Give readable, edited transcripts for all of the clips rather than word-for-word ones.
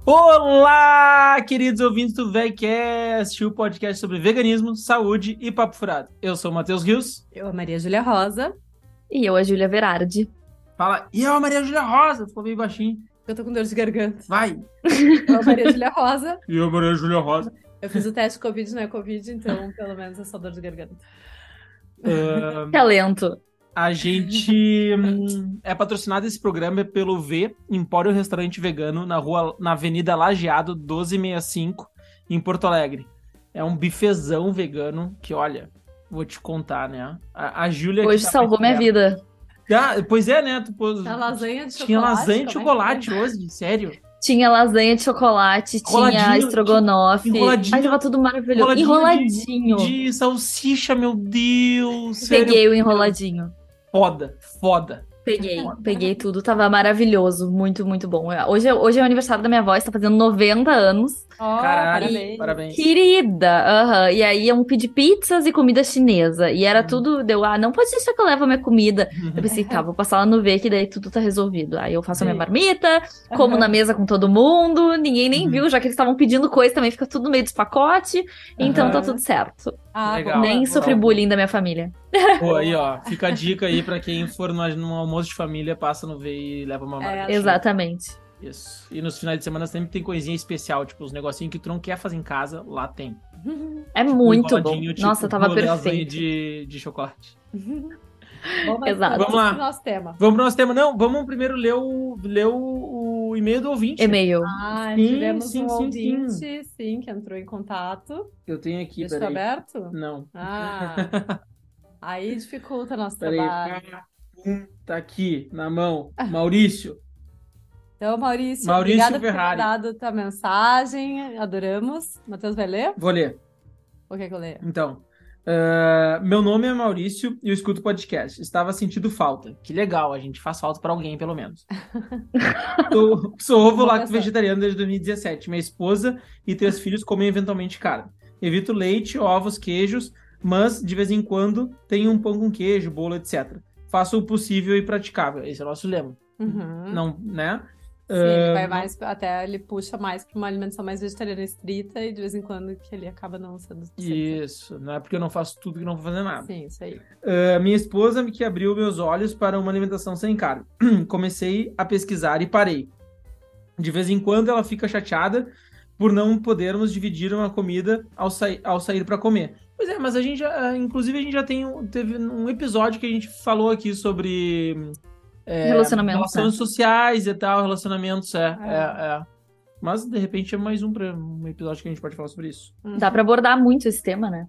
Olá, queridos ouvintes do VegCast, o podcast sobre veganismo, saúde e papo furado. Eu sou o Matheus Rios. Eu, a Maria Júlia Rosa. E eu, a Júlia Verardi. Fala, e eu, a Maria Júlia Rosa. Ficou meio baixinho. Eu tô com dor de garganta. Vai. Eu, a Maria Júlia Rosa. E eu, a Maria Júlia Rosa. Eu fiz o teste de Covid, não é Covid, então pelo menos é só dor de garganta. Talento. A gente é patrocinado esse programa pelo V, Empório Restaurante Vegano, na Avenida Lajeado 1265, em Porto Alegre. É um bifezão vegano que, olha, vou te contar, né? A Júlia... Hoje salvou minha vida. Ah, pois é, né? Tinha lasanha de chocolate. Tinha lasanha de chocolate hoje, sério. Tinha lasanha de chocolate, tinha estrogonofe. Enroladinho. Ai, tava tudo maravilhoso. Enroladinho. De salsicha, meu Deus. Peguei sério. o enroladinho. Foda. Peguei tudo, tava maravilhoso, muito, muito bom. Hoje é o aniversário da minha avó, está fazendo 90 anos. Oh, caralho, parabéns. Querida, E aí eu pedi pizzas e comida chinesa, e era tudo, não pode deixar que eu levo a minha comida. Eu pensei, tá, vou passar lá no V, que daí tudo tá resolvido. Aí eu faço a minha marmita, como na mesa com todo mundo, ninguém nem viu, já que eles estavam pedindo coisa também, fica tudo no meio dos pacotes, então tá tudo certo. Legal. Nem sofri bullying da minha família. Pô, aí, ó, fica a dica aí pra quem for num almoço de família, passa no V e leva uma marca. Exatamente. Isso. E nos finais de semana sempre tem coisinha especial, tipo, os negocinhos que tu não quer fazer em casa, lá tem. É tipo, muito bom. Tipo, nossa, tava perfeito. De chocolate. Exato. Vamos lá. Pro nosso tema. Vamos pro nosso tema. Não, vamos primeiro ler o e-mail do ouvinte. E-mail. Tivemos um ouvinte, sim, que entrou em contato. Eu tenho aqui, Deixa aberto? Não. Aí dificulta nosso trabalho. Tá aqui, na mão. Maurício. Então, Maurício obrigada Ferrari. por ter dado tua mensagem. Adoramos. Matheus vai ler? Vou ler. O que eu leio? Então, meu nome é Maurício e eu escuto podcast. Estava sentindo falta. Que legal, a gente faz falta para alguém, pelo menos. Sou ovo-lacto vegetariano desde 2017. Minha esposa e 3 filhos comem eventualmente carne. Evito leite, ovos, queijos, mas de vez em quando tenho um pão com queijo, bolo, etc. Faço o possível e praticável. Esse é o nosso lema. Não, né? Sim, ele vai mais, até ele puxa mais para uma alimentação mais vegetariana estrita e de vez em quando que ele acaba não sendo... Isso, não é porque eu não faço tudo que não vou fazer nada. Sim, isso aí. Minha esposa que abriu meus olhos para uma alimentação sem carne. Comecei a pesquisar e parei. De vez em quando ela fica chateada por não podermos dividir uma comida ao sair para comer. Pois é, mas a gente já, inclusive a gente já teve um episódio que a gente falou aqui sobre... relações sociais e tal, relacionamentos, Mas, de repente, é mais um episódio que a gente pode falar sobre isso. Dá pra abordar muito esse tema, né?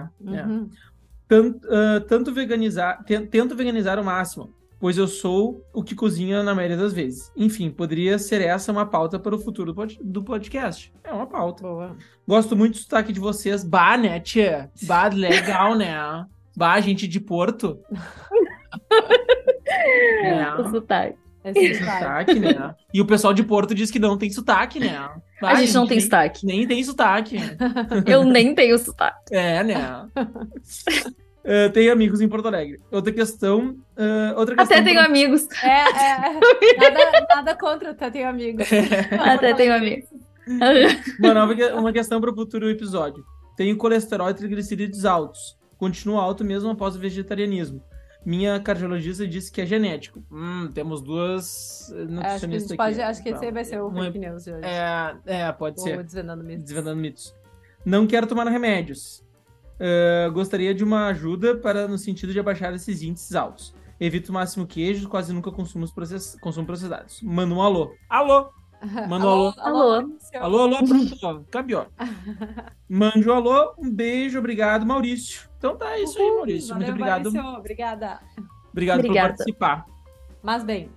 Tento veganizar o máximo, pois eu sou o que cozinha na maioria das vezes. Enfim, poderia ser essa uma pauta para o futuro do podcast. É uma pauta. Boa. Gosto muito do sotaque de vocês. Bah, né, tia? Bah, legal, né? Bah, gente de Porto. O sotaque. Esse sotaque, né? E o pessoal de Porto diz que não tem sotaque, né? A gente não tem sotaque. Nem tem sotaque. Eu nem tenho sotaque. Né? Tenho amigos em Porto Alegre. Outra questão... Até tenho amigos. Nada contra, até tenho amigos. Até tenho amigos. Uma questão para o futuro episódio. Tenho colesterol e triglicerídeos altos. Continuo alto mesmo após o vegetarianismo. Minha cardiologista disse que é genético. Temos 2 nutricionistas aqui. Acho que esse aí vai ser o fake news de hoje. Pode ser. Desvendando mitos. Não quero tomar remédios. Gostaria de uma ajuda no sentido de abaixar esses índices altos. Evito o máximo queijo, quase nunca consumo processados. Manda um alô. Alô! Manda um alô. Alô, pronto. Cabió. Mande um alô, um beijo, obrigado, Maurício. Então tá, é isso aí, Maurício. Valeu, muito obrigado. Maurício. Obrigada. Obrigado por participar. Mas bem.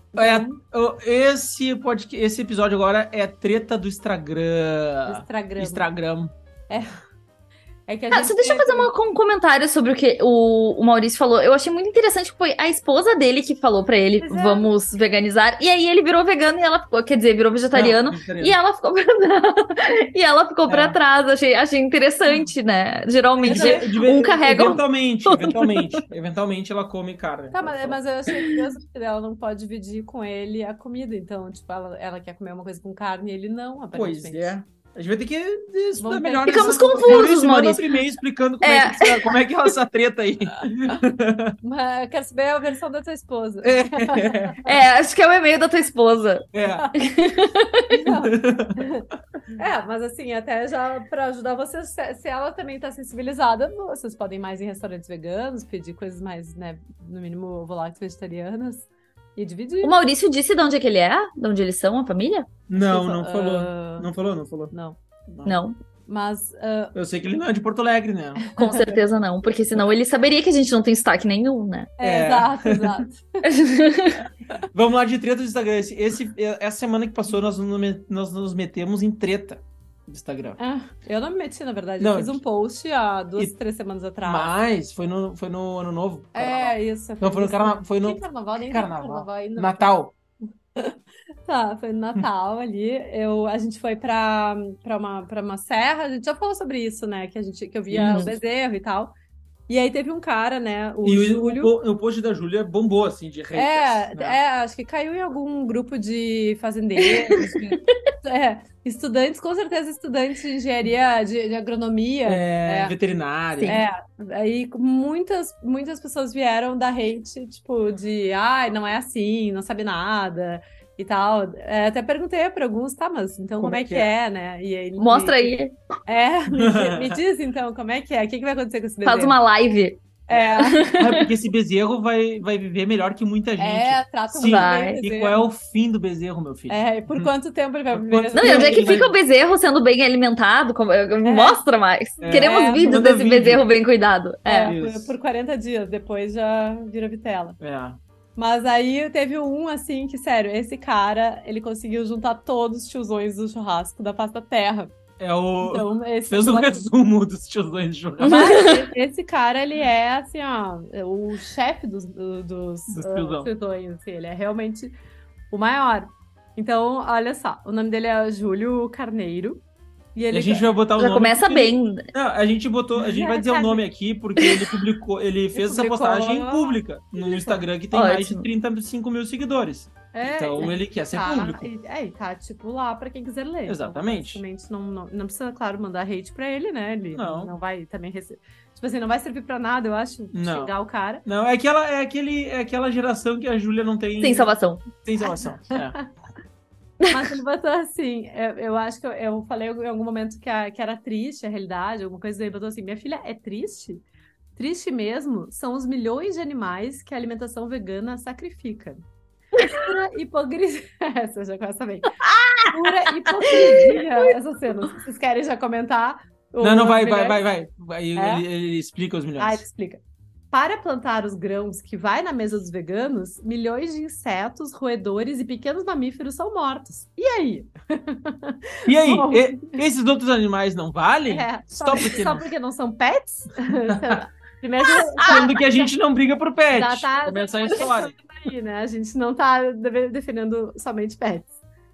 Esse episódio agora é treta do Instagram. Instagram. É que a Só deixa eu fazer um comentário sobre o que o Maurício falou. Eu achei muito interessante que foi a esposa dele que falou pra ele, vamos veganizar. E aí ele virou vegano e ela ficou, quer dizer, virou vegetariano. E ela ficou pra trás. E ela ficou pra trás. Achei interessante, né? Geralmente, um carrega... Eventualmente ela come carne. Tá, mas eu achei curioso porque ela não pode dividir com ele a comida. Então, tipo, ela quer comer uma coisa com carne e ele não, aparentemente. Pois é. A gente vai ter que estudar melhor. Ficamos confusos, Maurício. Primeiro explicando como é que é essa treta aí. Mas eu quero saber a versão da tua esposa. Acho que é o e-mail da tua esposa. Mas assim, até já pra ajudar vocês, se ela também tá sensibilizada, vocês podem ir mais em restaurantes veganos, pedir coisas mais, né, no mínimo ovo-lácteos vegetarianas. E dividir. O Maurício disse de onde é que ele é? De onde eles são, a família? Não falou. Não falou. Não. Mas... eu sei que ele não é de Porto Alegre, né? Com certeza não, porque senão ele saberia que a gente não tem sotaque nenhum, né? Exato. Vamos lá de treta do Instagram. Essa semana que passou, nós nos metemos em treta do Instagram. Eu não me meti, na verdade. Eu fiz um post há 2-3 semanas atrás. Mas foi no Ano Novo. Isso. Não, foi no Carnaval. Foi no Carnaval, nem Carnaval ainda. Natal. Tá, foi no Natal ali. A gente foi pra uma serra. A gente já falou sobre isso, né? Que eu via o bezerro e tal. E aí teve um cara, né? O Júlio. O post da Júlia bombou, assim, de haters. Acho que caiu em algum grupo de fazendeiros. Estudantes, com certeza estudantes de engenharia, de agronomia. Veterinária. Aí muitas pessoas vieram dar hate, tipo, não é assim, não sabe nada e tal. Até perguntei para alguns, tá, mas então como é que é, né? E aí, mostra aí. Me diz então, como é que é? O que vai acontecer com esse bezerro? Faz uma live. Porque esse bezerro vai viver melhor que muita gente. Trata muito bem. E qual é o fim do bezerro, meu filho? E por quanto tempo ele vai viver? Não, e onde é que fica o bezerro sendo bem alimentado? Mostra mais. Queremos vídeos desse bezerro bem cuidado. Por 40 dias, depois já vira vitela. É. Mas aí teve um, assim, que, sério, esse cara, ele conseguiu juntar todos os tiozões do churrasco da face da terra. Então, fez um resumo dos tiozões de churrasco. Mas esse cara, ele é, assim, ó, o chefe dos tiozões, assim, ele é realmente o maior. Então, olha só, o nome dele é Júlio Carneiro. E a gente vai botar o nome. Já começa bem. Não, a gente vai dizer o nome aqui porque ele fez essa postagem pública no Instagram que tem mais de 35 mil seguidores. Então ele quer ser público. E tá, tipo, lá pra quem quiser ler. Exatamente. Então, não precisa, claro, mandar hate pra ele, né? Ele não vai também receber. Tipo assim, não vai servir pra nada, eu acho, xingar o cara. Não, é aquela geração que a Júlia não tem... Sem salvação. Sem salvação, Mas ele botou assim, eu acho que eu falei em algum momento que era triste a realidade, alguma coisa, ele botou assim, minha filha, é triste? Triste mesmo são os milhões de animais que a alimentação vegana sacrifica. Pura hipocrisia. Essa já começa bem. Pura hipocrisia. Essa cena. Se vocês querem já comentar. Não, vai. Ele explica os milhões. Ele explica. Para plantar os grãos que vai na mesa dos veganos, milhões de insetos, roedores e pequenos mamíferos são mortos. E aí? E aí? Bom, esses outros animais não valem? Só porque não são pets? Primeiro, sendo que a gente não briga por pet. Já tá começar a história. Aí, né? A gente não tá defendendo somente pets.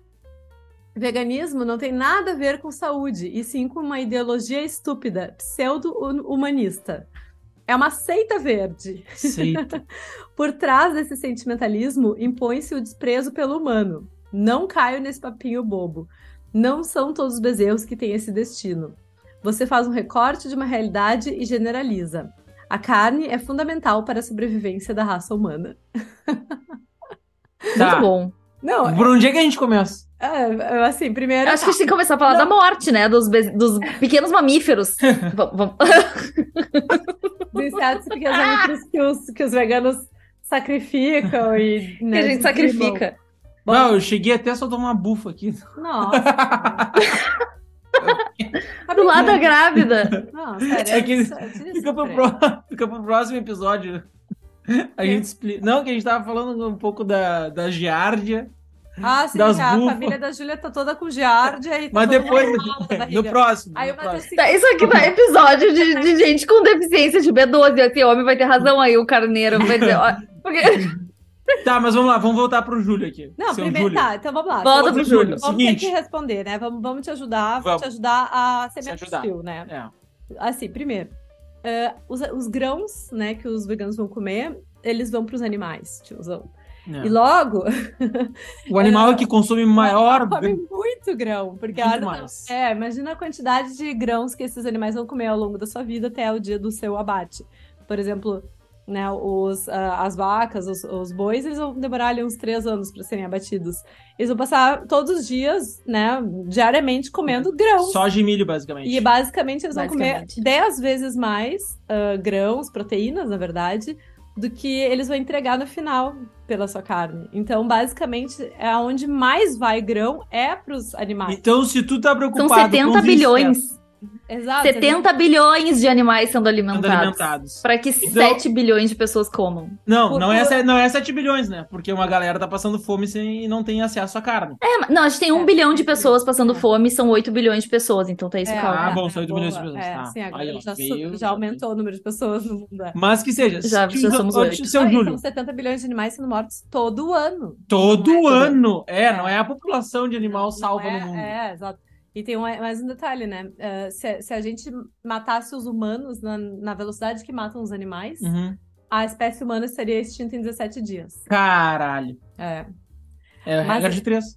Veganismo não tem nada a ver com saúde, e sim com uma ideologia estúpida, pseudo-humanista. É uma seita verde. Seita. Por trás desse sentimentalismo, impõe-se o desprezo pelo humano. Não caio nesse papinho bobo. Não são todos os bezerros que têm esse destino. Você faz um recorte de uma realidade e generaliza. A carne é fundamental para a sobrevivência da raça humana. Muito bom. Não, por onde é que a gente começa? Assim, primeiro... Acho que a gente tem que começar a falar da morte, né? Dos pequenos mamíferos. Vamos. Dos insetos e pequenos mamíferos que os veganos sacrificam e... Né, que a gente sacrifica. Bom, não, eu cheguei até a soltar uma bufa aqui. Nossa. Do lado da grávida. Não, sério. Fica pro próximo episódio. A gente explica. Não, que a gente tava falando um pouco da giardia. Ah, sim, Das que a bufas. família da Júlia tá toda com giardia e tá Mas todo depois, mundo mal da no barriga. próximo. Aí no o Matheus próximo. se Tá, isso aqui vai episódio de gente com deficiência de B12. Esse homem vai ter razão aí, o carneiro vai dizer. Ó, porque... Tá, mas vamos lá, vamos voltar pro Júlio aqui. Não, Seu primeiro, Júlio. tá, então vamos lá. Volta Ô, pro Júlio, Júlio. Vamos ter seguinte. que responder, né? Vamos te ajudar, Vamos. te ajudar a ser Se menos ajudar. hostil, né? É. Assim, primeiro, os grãos, né, que os veganos vão comer, eles vão pros animais, tiozão. É. E logo, O animal que consome maior. come muito grão, porque Muito olha, mais. imagina a quantidade de grãos que esses animais vão comer ao longo da sua vida até o dia do seu abate. Por exemplo, né, as vacas, os bois, eles vão demorar ali uns 3 anos para serem abatidos. Eles vão passar todos os dias, né, diariamente comendo grãos. Soja e milho, basicamente. E basicamente eles vão comer Basicamente. 10 vezes mais grãos, proteínas, na verdade, do que eles vão entregar no final pela sua carne. Então, basicamente, é onde mais vai grão é para os animais. Então, se tu tá preocupado São com 70 os insetos bilhões. Exato. 70 bilhões de animais sendo sendo alimentados. alimentados. Para que Então- 7 bilhões de pessoas comam. Não é 7 bilhões, né? Porque uma galera tá passando fome e não tem acesso à carne. Não, a gente tem 1 É, bilhão de pessoas passando é. fome, são 8 bilhões de pessoas, então tá isso o cálculo. Ah, bom, são 8 milhões de boa. pessoas, tá. Sim, agora Aí, ó, já veio- aumentou o número de pessoas no mundo. Mas que seja. Já somos 8. Seu E Júlio. são 70 bilhões de animais sendo mortos todo ano. Todo Não é ano. É. Não é a população de animal Não salva é, no mundo. exato. E tem mais um detalhe, né? Se a gente matasse os humanos na velocidade que matam os animais, Uhum. a espécie humana seria extinta em 17 dias. Caralho. É. É Mas- regra de 3.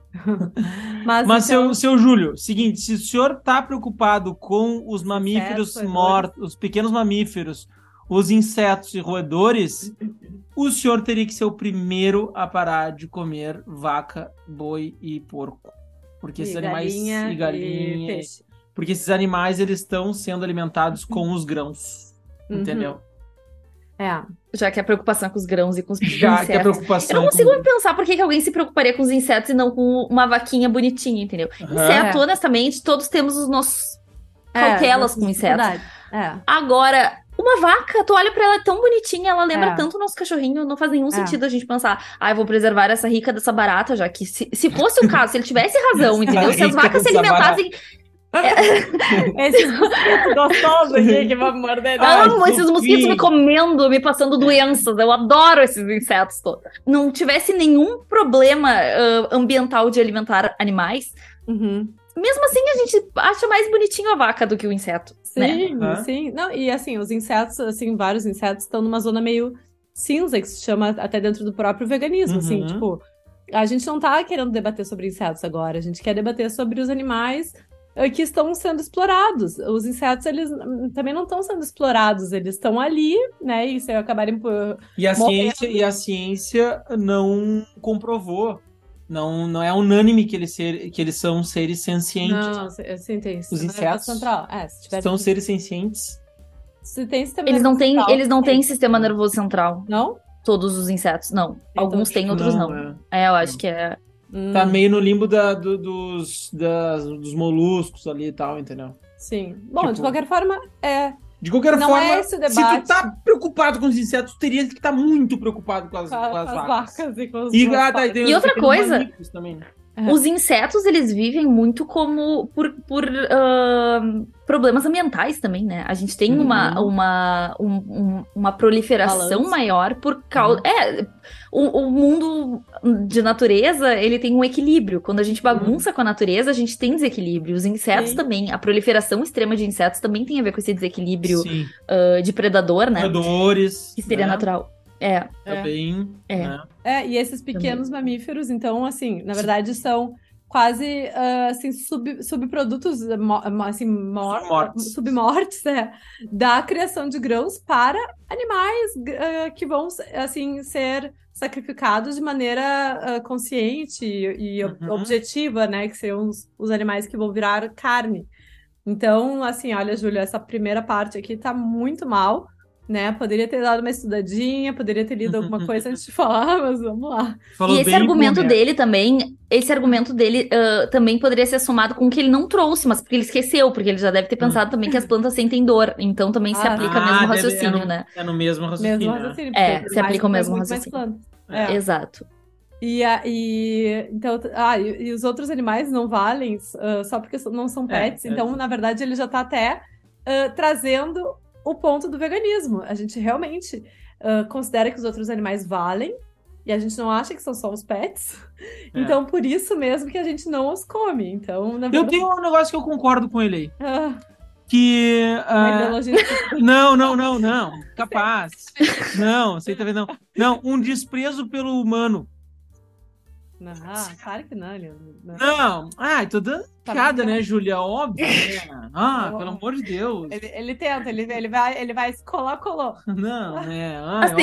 Mas então, seu Júlio, seguinte, se o senhor tá preocupado com os mamíferos roedores. mortos, os pequenos mamíferos, os insetos e roedores, o senhor teria que ser o primeiro a parar de comer vaca, boi e porco. Porque esses animais galinha e galinha, peixe. porque esses animais eles estão sendo alimentados com os grãos, Uhum. entendeu? É. Já que a preocupação é com os grãos e com os Já que a insetos. preocupação Eu não consigo com... pensar por que alguém se preocuparia com os insetos e não com uma vaquinha bonitinha, entendeu? Aham. Inseto, honestamente, todos temos os nossos cautelas com insetos. dificuldade. É. Agora, uma vaca, tu olha pra ela é tão bonitinha, ela lembra É. tanto o nosso cachorrinho, não faz nenhum sentido a gente pensar, eu vou preservar essa rica dessa barata, já que se fosse o caso, se ele tivesse razão, entendeu? Se as Rica vacas se dessa alimentassem. Esses mosquitos gostosos aqui que vão morder. Ah, Eu amo esses mosquitos fofinho. me comendo, me passando doenças. Eu adoro esses insetos todos. Não tivesse nenhum problema ambiental de alimentar animais. Uhum. Mesmo assim, a gente acha mais bonitinho a vaca do que o inseto. Né? Sim, Aham. sim. Não, e assim, os insetos, assim, vários insetos estão numa zona meio cinza, que se chama até dentro do próprio veganismo, assim, Uhum. tipo, a gente não tá querendo debater sobre insetos agora, a gente quer debater sobre os animais que estão sendo explorados. Os insetos, eles também não estão sendo explorados, eles estão ali, né, e se acabarem por... E a Morrendo. ciência não comprovou. Não é unânime que eles são seres sencientes. Não, assim, tem Os sistema insetos central. Se tiver... São seres sencientes. Se tem sistema Eles não têm, central, eles não têm tem. sistema nervoso central. Não? Todos os insetos, não. Então, Alguns têm, outros não. Eu acho que é. Tá meio no limbo dos moluscos ali e tal, entendeu? Sim. Bom, Tipo, de qualquer forma, De qualquer Não forma, é esse o se debate. tu tá preocupado com os insetos, tu teria que estar muito preocupado com as com as vacas. vacas e com os E, os tá, e tem E os outra pequenos coisa- mamíferos também, né? É. Os insetos, eles vivem muito como por problemas ambientais também, né? A gente tem uma proliferação Balanço. maior por causa... O mundo de natureza, ele tem um equilíbrio. Quando a gente bagunça com a natureza, a gente tem desequilíbrio. Os insetos Sim. também, a proliferação extrema de insetos também tem a ver com esse desequilíbrio Sim. de predador, né? Predadores. Que seria né? natural. É. Também. É. Né? E esses pequenos mamíferos, então, assim, na verdade, são quase, assim, subprodutos, assim, Submortes. submortes, da criação de grãos para animais que vão, assim, ser sacrificados de maneira consciente e Uhum. objetiva, né, que seriam os animais que vão virar carne. Então, assim, olha, Júlia, essa primeira parte aqui tá muito mal, né? Poderia ter dado uma estudadinha, poderia ter lido alguma coisa antes de falar, mas vamos lá. Falou E esse bem argumento com- dele também, também poderia ser somado com o que ele não trouxe, mas porque ele esqueceu, porque ele já deve ter pensado também que as plantas sentem dor, então também se Ah, aplica o mesmo deve- raciocínio, né? É no mesmo racionínio. Mesmo né? raciocínio. É, porque se aplica o animais mesmo comem muito mais raciocínio. plantas. Exato. E os outros animais não valem só porque não são pets. Então, na verdade, ele já tá até trazendo o ponto do veganismo. A gente realmente considera que os outros animais valem e a gente não acha que são só os pets. Então, por isso mesmo que a gente não os come. Então, na verdade... Eu tenho um negócio que eu concordo com ele aí. Uma ideologia... Não. Capaz. Não, aceita ver, não. Não, um desprezo pelo humano. Claro que não, Leandro. Não. Tô dando piada, né, Júlia? Óbvio, né? Pelo amor de Deus. Ele tenta, ele vai se colar, colou. Não, né?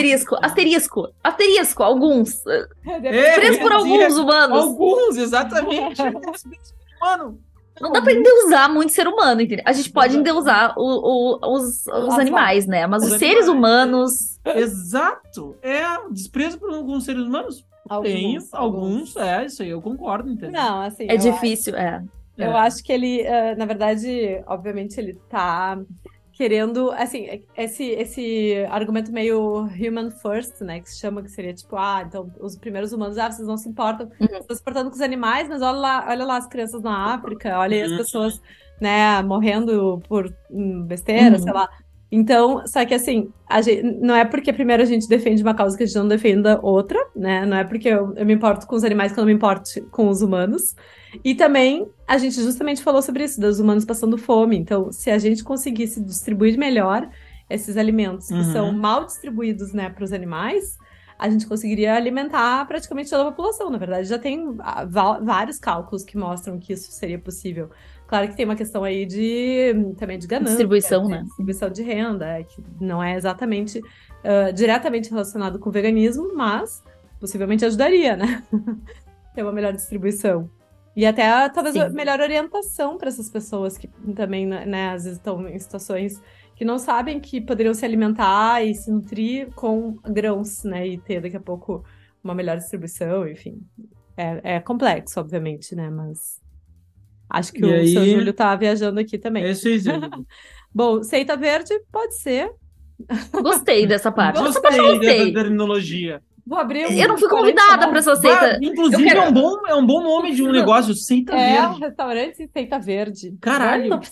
Asterisco, alguns. Desprezo por alguns humanos. Alguns, exatamente. Mano. Não dá pra endeusar muito ser humano, entendeu? A gente pode endeusar os animais, né? Mas os seres humanos... Exato. Desprezo por alguns seres humanos. Alguns, isso aí eu concordo, entendeu? Não, assim... É difícil, Eu acho que ele, na verdade, obviamente, ele tá querendo, assim, esse argumento meio human first, né, que se chama, que seria tipo, então, os primeiros humanos, vocês não se importam, estão se importando com os animais, mas olha lá as crianças na África, olha aí as pessoas, né, morrendo por besteira, sei lá. Então, só que assim, não é porque primeiro a gente defende uma causa que a gente não defenda outra, né? Não é porque eu me importo com os animais que eu não me importo com os humanos. E também, a gente justamente falou sobre isso, dos humanos passando fome. Então, se a gente conseguisse distribuir melhor esses alimentos que são mal distribuídos, né, para os animais, a gente conseguiria alimentar praticamente toda a população. Na verdade, já tem vários cálculos que mostram que isso seria possível. Claro que tem uma questão aí também de ganância. Distribuição, né? Distribuição de renda, que não é exatamente diretamente relacionado com o veganismo, mas possivelmente ajudaria, né? Ter uma melhor distribuição. E até, talvez, melhor orientação para essas pessoas que também, né, às vezes estão em situações que não sabem que poderiam se alimentar e se nutrir com grãos, né? E ter, daqui a pouco, uma melhor distribuição, enfim. É complexo, obviamente, né? Mas... Acho que o seu Júlio tá viajando aqui também. É isso aí, Bom, seita verde, pode ser. Gostei dessa parte. Gostei dessa terminologia. Vou abrir Eu não fui convidada para essa seita. Inclusive, é um bom nome de um negócio, seita verde. Um restaurante seita verde. Caralho. Tô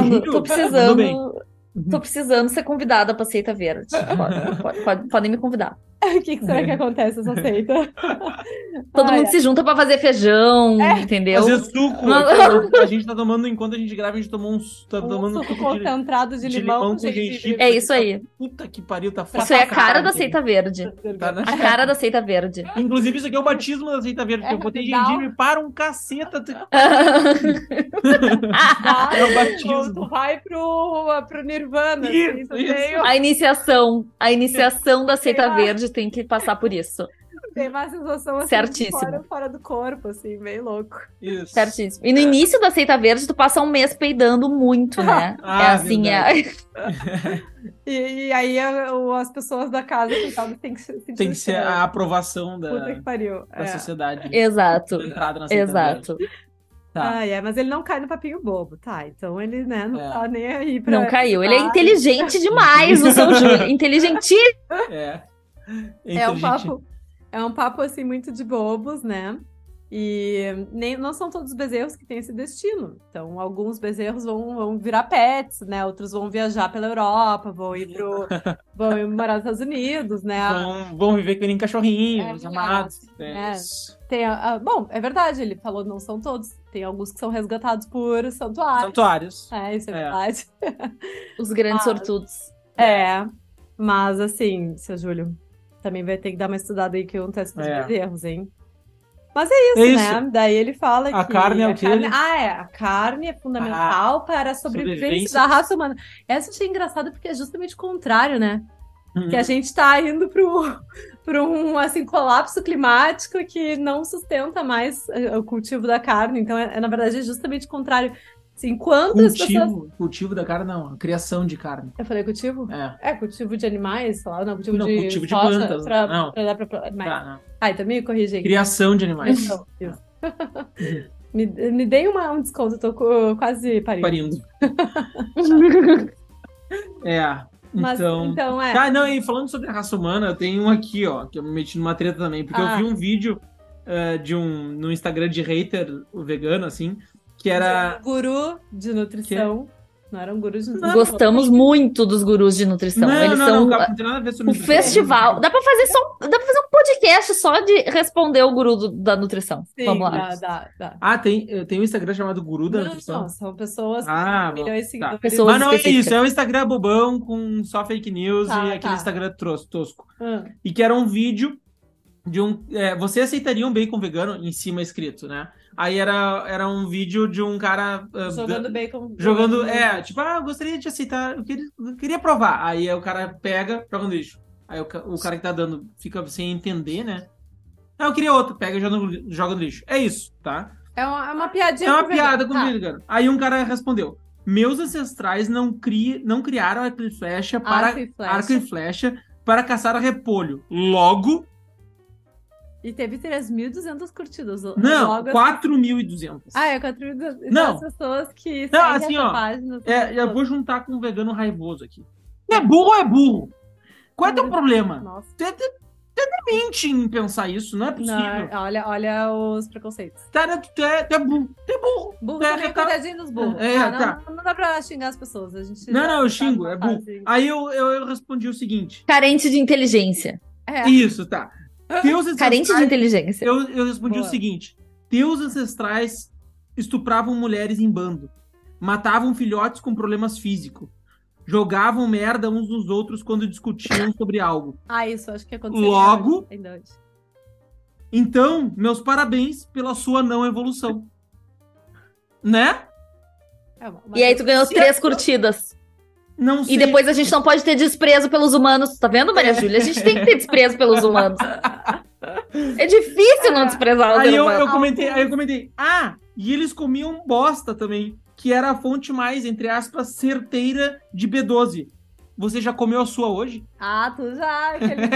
precisando ser convidada pra seita verde. Podem me convidar. O que será que acontece nessa seita? Todo mundo se junta pra fazer feijão, entendeu? Fazer suco. A gente tá tomando, enquanto a gente grava, a gente tomou um suco concentrado de limão com gengibre. É isso aí. Puta que pariu, tá foda. Isso é a cara da seita verde. A cara da seita verde. Inclusive, isso aqui é o batismo da seita verde, que eu botei gengibre para um caceta. É o batismo. Tu vai pro Nirvana. Isso. A iniciação da seita verde tem que passar por isso. Tem uma sensação assim, certíssimo. Fora do corpo, assim, meio louco. Isso. Certíssimo. E no início da seita verde, tu passa um mês peidando muito, né? E aí as pessoas da casa tem que sentir. Tem que ser a aprovação da sociedade. Exato. Entrada na seita verde. Tá. Mas ele não cai no papinho bobo, tá? Então ele, né, não tá nem aí pra... Não caiu. Ele é inteligente demais, o seu Júlio. Inteligentíssimo. É um papo, assim, muito de bobos, né? E não são todos os bezerros que têm esse destino. Então, alguns bezerros vão virar pets, né? Outros vão viajar pela Europa, vão morar nos Estados Unidos, né? Vão viver que nem cachorrinhos, amados. Bom, é verdade, ele falou, não são todos. Tem alguns que são resgatados por santuários. Isso é verdade. Os grandes sortudos. Mas assim, seu Júlio, também vai ter que dar uma estudada aí que acontece com os bezerros, hein? Mas é isso, né? Daí ele fala que... A carne é o quê? A carne é fundamental para a sobrevivência da raça humana. Essa eu achei engraçada porque é justamente o contrário, né? Que a gente tá indo para um assim, colapso climático que não sustenta mais o cultivo da carne. Então, na verdade, é justamente o contrário. Assim, cultivo da carne, não. A criação de carne. Eu falei cultivo? Cultivo de animais, sei lá. Não, cultivo de plantas. Pra dar pra animais. Então me corrige aí. Criação de animais. Então, isso. me dei um desconto, eu tô quase parindo. E falando sobre a raça humana, eu tenho um aqui, ó, que eu me meti numa treta também, porque eu vi um vídeo no Instagram de hater, o vegano, assim, que era... Guru de nutrição. Não era um guru de nutrição. Gostamos muito dos gurus de nutrição. Eles são não tem nada a ver sobre o nutrição. festival. Dá pra fazer um podcast só de responder o guru da nutrição. Sim, Vamos lá. dá. Tem um Instagram chamado Guru da Nutrição. Não, são pessoas com bom, milhões de seguidores. Pessoas Mas não é específicas. isso, é um Instagram bobão com só fake news e aquele Instagram tosco. E que era um vídeo de você aceitaria um bacon vegano em cima escrito, né? Aí era um vídeo de um cara... jogando bacon. Tipo, eu gostaria de aceitar, eu queria provar. Aí o cara pega, joga no lixo. Aí o cara que tá dando fica sem entender, né? Eu queria outro, pega e joga no lixo. É isso, tá? É uma piadinha. É uma piada com vegano. Aí um cara respondeu: meus ancestrais não criaram arco e flecha para caçar a repolho. Logo... E teve 3.200 curtidas. Não, logo 4.200. É 4.200. Não. As pessoas que Não, seguem assim, essa página. Eu vou juntar com um vegano raivoso aqui. É burro ou é burro? Qual é o teu problema? Nossa. Você mente em pensar isso, não é possível. Não, olha os preconceitos. Cara, tu é burro. Tu é burro. Burro também, coitadinho dos burros. Não dá pra xingar as pessoas. A gente não, eu xingo, é burro. Aí eu respondi o seguinte. Carente de inteligência. Isso, tá. Carente de inteligência. Eu respondi o seguinte: teus ancestrais estupravam mulheres em bando, matavam filhotes com problemas físicos, jogavam merda uns nos outros quando discutiam sobre algo. Isso acho que aconteceu. Logo, então, meus parabéns pela sua não evolução. Né? E aí tu ganhou 3 curtidas. Não sei. E depois a gente não pode ter desprezo pelos humanos. Tá vendo, Maria Júlia? A gente tem que ter desprezo pelos humanos. É difícil não desprezar os humanos. Aí eu comentei. E eles comiam bosta também, que era a fonte mais, entre aspas, certeira de B12. Você já comeu a sua hoje? Tu já.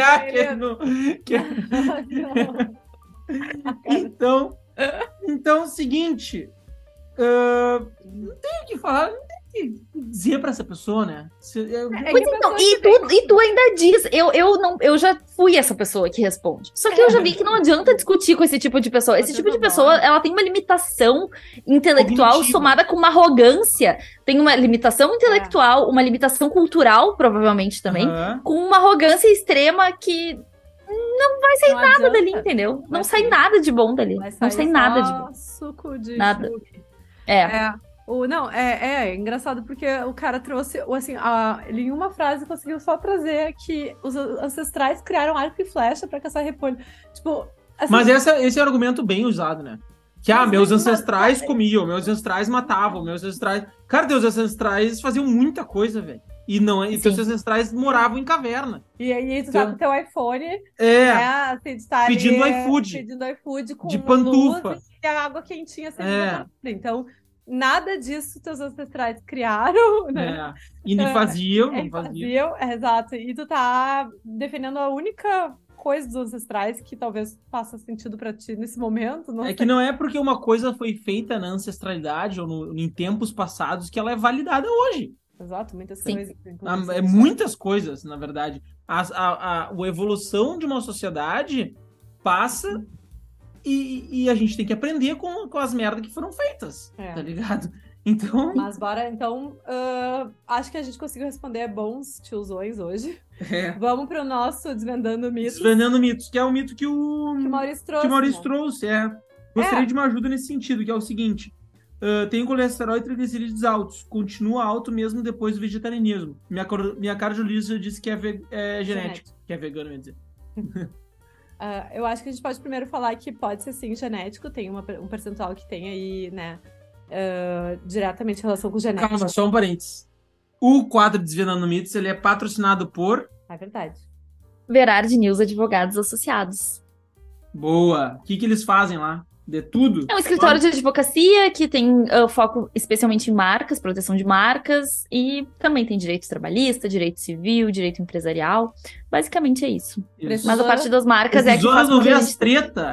Então, seguinte. Não tem o que falar, não tem o que dizer pra essa pessoa, né? Pois então, e tu ainda diz, eu já fui essa pessoa que responde. Só que eu já vi que não adianta discutir com esse tipo de pessoa. Esse tipo de pessoa, ela tem uma limitação intelectual cognitiva, somada com uma arrogância. Tem uma limitação intelectual, uma limitação cultural, provavelmente também, com uma arrogância extrema que não vai sair nada dali, entendeu? Não sai nada de bom dali. Não sai nada de bom. Suco de nada. É engraçado porque o cara trouxe, assim, ele em uma frase conseguiu só trazer que os ancestrais criaram arco e flecha pra caçar repolho. Tipo, assim, mas esse é um argumento bem usado, né? Que, meus ancestrais comiam, meus ancestrais matavam, meus ancestrais... Cara, teus ancestrais faziam muita coisa, velho. E teus ancestrais moravam em caverna. E aí tu tá com teu iPhone, assim, pedindo iFood com de pantufa. E a água quentinha sendo então... Nada disso teus ancestrais criaram, né? E não faziam. Exato. E tu tá defendendo a única coisa dos ancestrais que talvez faça sentido pra ti nesse momento. Não sei. Que não é porque uma coisa foi feita na ancestralidade ou em tempos passados que ela é validada hoje. Exato, muitas coisas. Muitas coisas, na verdade. A evolução de uma sociedade passa... E a gente tem que aprender com as merdas que foram feitas, tá ligado? Então... Mas bora, então, acho que a gente conseguiu responder bons tiozões hoje. Vamos pro nosso Desvendando Mitos. Desvendando Mitos, que é o mito que o Maurício trouxe. Que o Maurício trouxe, Gostaria de uma ajuda nesse sentido, que é o seguinte. Tenho colesterol e triglicerídeos altos. Continua alto mesmo depois do vegetarianismo. Minha cardiologista disse que é genético. Que é vegano, quer dizer. Eu acho que a gente pode primeiro falar que pode ser sim genético, tem um percentual que tem aí, né, diretamente em relação com genética. Calma, só um parênteses. O quadro Desvendando Mitos, ele é patrocinado por... É verdade. Verard News Advogados Associados. Boa! O que eles fazem lá? De tudo? É um escritório de advocacia que tem foco especialmente em marcas, proteção de marcas, e também tem direito trabalhista, direito civil, direito empresarial. Basicamente é isso. Mas a parte das marcas é que faz resolver as tretas,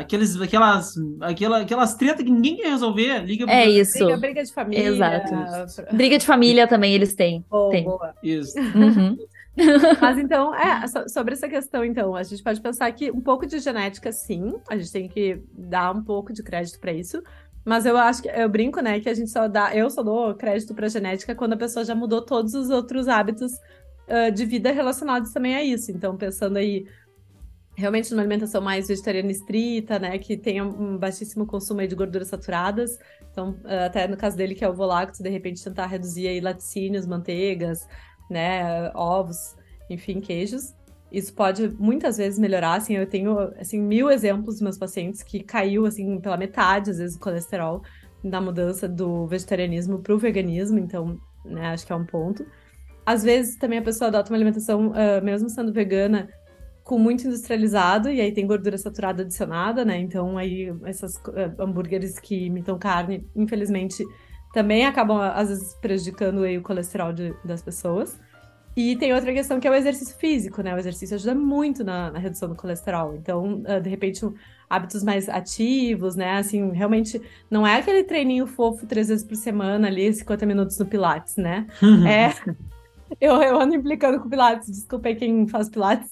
aquelas tretas que ninguém quer resolver. Isso. Briga de família. Exato. Briga de família também eles têm. Boa. Isso. Uhum. Mas então, sobre essa questão, então, a gente pode pensar que um pouco de genética, sim, a gente tem que dar um pouco de crédito para isso, mas eu acho que, eu brinco, né, que a gente eu só dou crédito para genética quando a pessoa já mudou todos os outros hábitos de vida relacionados também a isso. Então, pensando aí, realmente numa alimentação mais vegetariana estrita, né, que tenha um baixíssimo consumo aí de gorduras saturadas. Então, até no caso dele, que é o ovo-lacto, de repente tentar reduzir aí laticínios, manteigas, né, ovos, enfim, queijos. Isso pode muitas vezes melhorar, assim, eu tenho, assim, 1000 exemplos dos meus pacientes que caiu, assim, pela metade, às vezes, o colesterol na mudança do vegetarianismo para o veganismo, então, né, acho que é um ponto. Às vezes, também a pessoa adota uma alimentação, mesmo sendo vegana, com muito industrializado, e aí tem gordura saturada adicionada, né, então aí esses hambúrgueres que imitam carne, infelizmente, também acabam, às vezes, prejudicando aí o colesterol das pessoas. E tem outra questão que é o exercício físico, né? O exercício ajuda muito na redução do colesterol. Então, de repente, hábitos mais ativos, né? Assim, realmente, não é aquele treininho fofo 3 vezes por semana ali, 50 minutos no Pilates, né? Eu ando implicando com o Pilates, desculpa aí quem faz Pilates.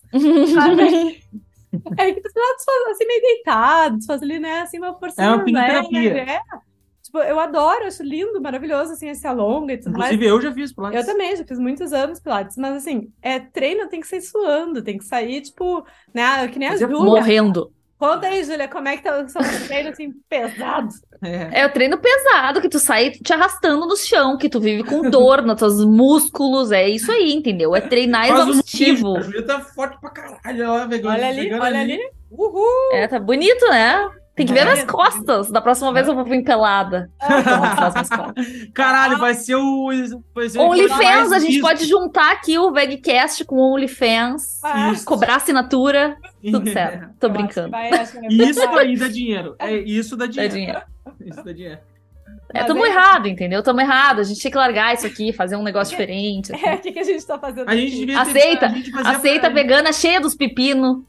É que os Pilates fazem assim, meio deitados, faz ali, né? Assim, uma forcinha. É uma fisioterapia. Tipo, eu adoro, acho lindo, maravilhoso, assim, esse alonga e tudo mais. Inclusive, eu já fiz Pilates. Eu também, já fiz muitos anos Pilates, mas assim, treino tem que sair suando, tem que sair, tipo, né, que nem a Júlia. Morrendo. Conta aí, Júlia, como é que são os treinos, assim, pesados? É o treino pesado, que tu sai te arrastando no chão, que tu vive com dor nos teus músculos, é isso aí, entendeu? É treinar exaustivo. A Júlia tá forte pra caralho, ó, olha ali. Uhul! Tá bonito, né? Tem que ver minhas costas. Da próxima vez eu vou vir pelada. Caralho, vai ser o OnlyFans, a gente pode juntar aqui o VegCast com o OnlyFans. Cobrar assinatura. Tudo certo. Tô brincando. Isso aí dá dinheiro. Isso dá dinheiro. Isso dá dinheiro. Tamo errado, entendeu? Tamo errado. A gente tinha que largar isso aqui, fazer um negócio diferente. Assim. O que a gente tá fazendo? A gente devia aceita vegana cheia dos pepinos.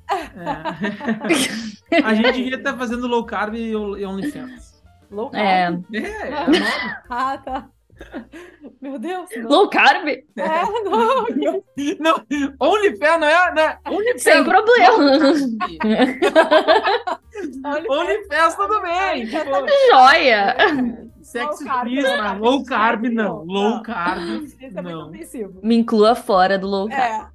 A gente devia estar fazendo low carb e OnlyFans. Low carb? Ah, tá. Meu Deus. Não. Low carb? Não. OnlyFans não é OnlyFans. Sem problema. OnlyFans tudo bem. Joia. Sexo turismo, low carb não. Low carb não. Me inclua fora do low carb.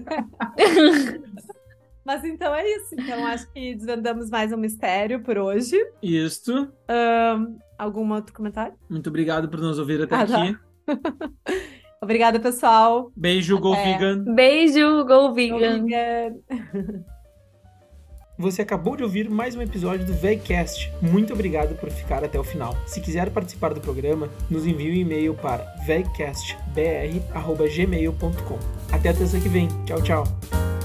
Mas então é isso. Então acho que desvendamos mais um mistério por hoje. Isso. Algum outro comentário? Muito obrigado por nos ouvir até aqui. Obrigada, pessoal. Beijo, Go Vegan. Beijo, Go Vegan. Você acabou de ouvir mais um episódio do VegCast. Muito obrigado por ficar até o final. Se quiser participar do programa, nos envie um e-mail para vegcastbr@gmail.com. Até a terça que vem. Tchau, tchau.